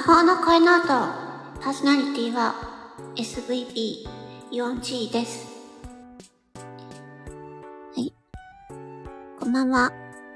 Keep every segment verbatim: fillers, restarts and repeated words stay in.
法の声ノート、パーソナリティは エスブイビーよんジー です。はい。こんばんは。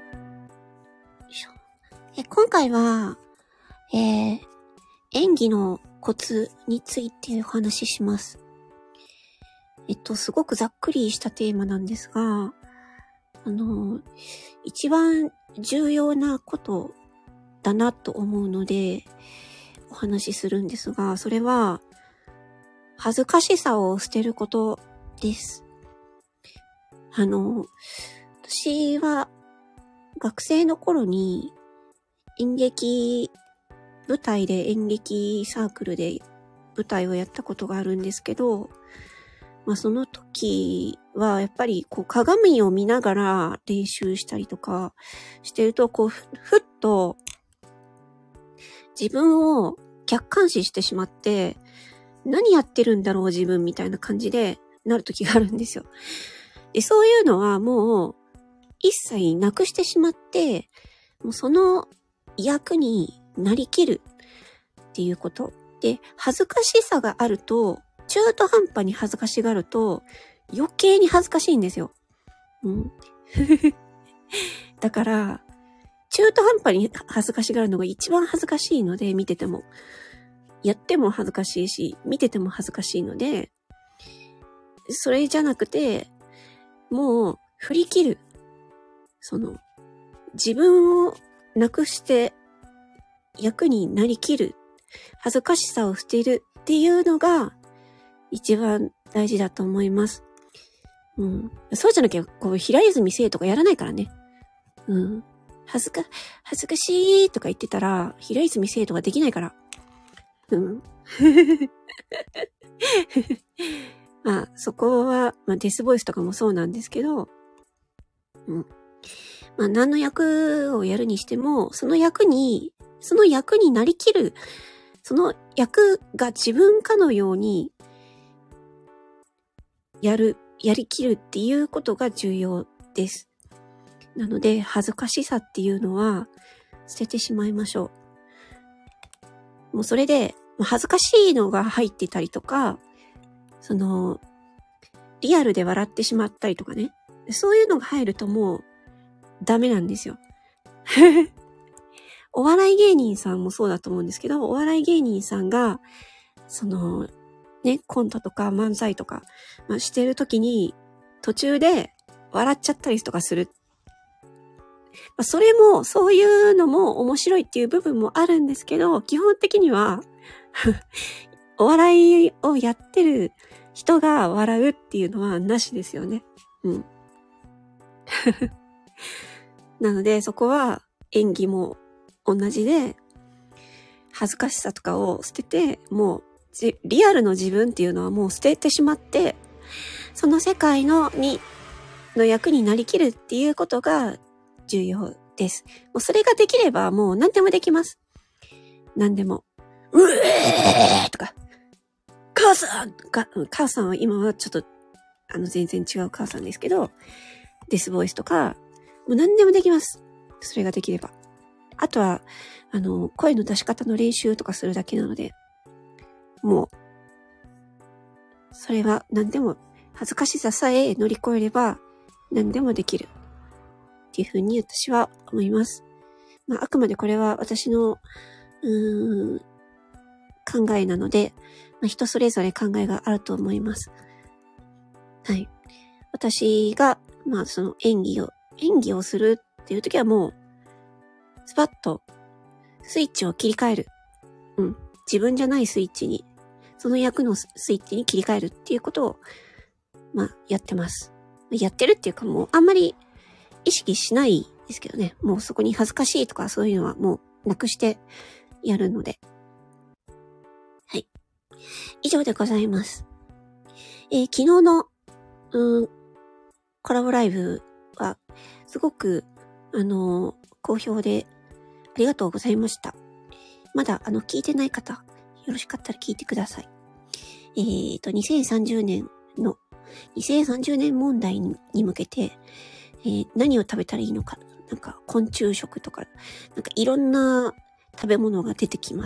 え今回は、えー、演技のコツについてお話しします。えっと、すごくざっくりしたテーマなんですが、あの、一番重要なことだなと思うので、お話しするんですが、それは、恥ずかしさを捨てることです。あの、私は学生の頃に演劇舞台で演劇サークルで舞台をやったことがあるんですけど、まあその時はやっぱりこう鏡を見ながら練習したりとかしてるとこうふ, ふっと自分を客観視してしまって何やってるんだろう自分みたいな感じでなる時があるんですよ。で、そういうのはもう一切なくしてしまってもうその役になりきるっていうことで、恥ずかしさがあると中途半端に恥ずかしがると余計に恥ずかしいんですよ。うん。だから中途半端に恥ずかしがるのが一番恥ずかしいので、見ててもやっても恥ずかしいし、見てても恥ずかしいので、それじゃなくてもう振り切る、その自分をなくして役になりきる、恥ずかしさを捨てるっていうのが一番大事だと思います。うん。そうじゃなきゃ、こう、平泉聖とかやらないからね。うん。恥ずか、恥ずかしいとか言ってたら、平泉聖とかできないから。うん。まあ、そこは、まあ、デスボイスとかもそうなんですけど、うん。まあ、何の役をやるにしても、その役に、その役になりきる、その役が自分かのように、やる、やりきるっていうことが重要です。なので、恥ずかしさっていうのは捨ててしまいましょう。もうそれで、恥ずかしいのが入ってたりとか、その、リアルで笑ってしまったりとかね。そういうのが入るともうダメなんですよ。お笑い芸人さんもそうだと思うんですけど、お笑い芸人さんが、その、ね、コントとか漫才とか、まあ、してるときに途中で笑っちゃったりとかする。まあ、それも、そういうのも面白いっていう部分もあるんですけど、基本的には、お笑いをやってる人が笑うっていうのはなしですよね。うん。なので、そこは演技も同じで、恥ずかしさとかを捨てて、もう、リアルの自分っていうのはもう捨ててしまって、その世界のにの役になりきるっていうことが重要です。もうそれができればもう何でもできます。何でも。うえーとか、母さんか、母さんは今はちょっと、あの全然違う母さんですけど、デスボイスとか、もう何でもできます。それができれば。あとは、あの、声の出し方の練習とかするだけなので、もう、それは何でも、恥ずかしささえ乗り越えれば何でもできるっていうふうに私は思います。まあ、あくまでこれは私のうーん考えなので、まあ、人それぞれ考えがあると思います。はい。私が、まあその演技を、演技をするっていう時はもう、スパッとスイッチを切り替える。うん。自分じゃないスイッチに、その役のスイッチに切り替えるっていうことを、まあ、やってます。やってるっていうかもう、あんまり意識しないですけどね。もうそこに恥ずかしいとかそういうのはもうなくしてやるので。はい。以上でございます。えー、昨日の、うーん、コラボライブは、すごく、あのー、好評で、ありがとうございました。まだ、あの、聞いてない方、よろしかったら聞いてください。えーと、にせんさんじゅうねんの、にせんさんじゅうねん問題に向けて、えー、何を食べたらいいのか、なんか昆虫食とか、なんかいろんな食べ物が出てきます。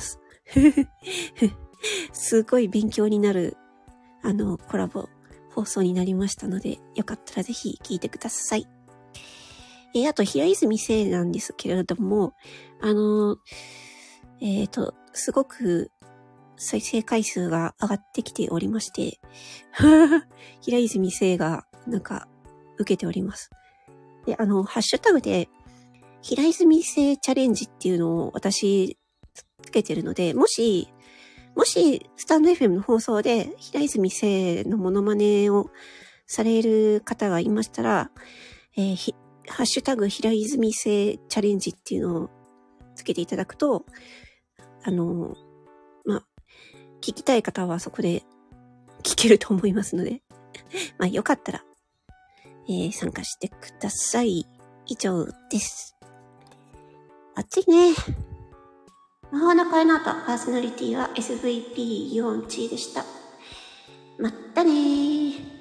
すごい勉強になる、あの、コラボ放送になりましたので、よかったらぜひ聞いてください。えー、あと、平泉聖なんですけれども、あの、えっと、すごく再生回数が上がってきておりまして、平泉聖がなんか受けております。で、あの、ハッシュタグで、平泉聖チャレンジっていうのを私つけてるので、もし、もし、スタンド エフエム の放送で平泉聖のモノマネをされる方がいましたら、えー、ひハッシュタグ平泉聖チャレンジっていうのをつけていただくと、あの、まあ、聞きたい方はそこで聞けると思いますので、まあ、よかったら、えー、参加してください。以上です。暑いね。魔法の声の音、パーソナリティは エスブイピーよん チーでした。まったねー。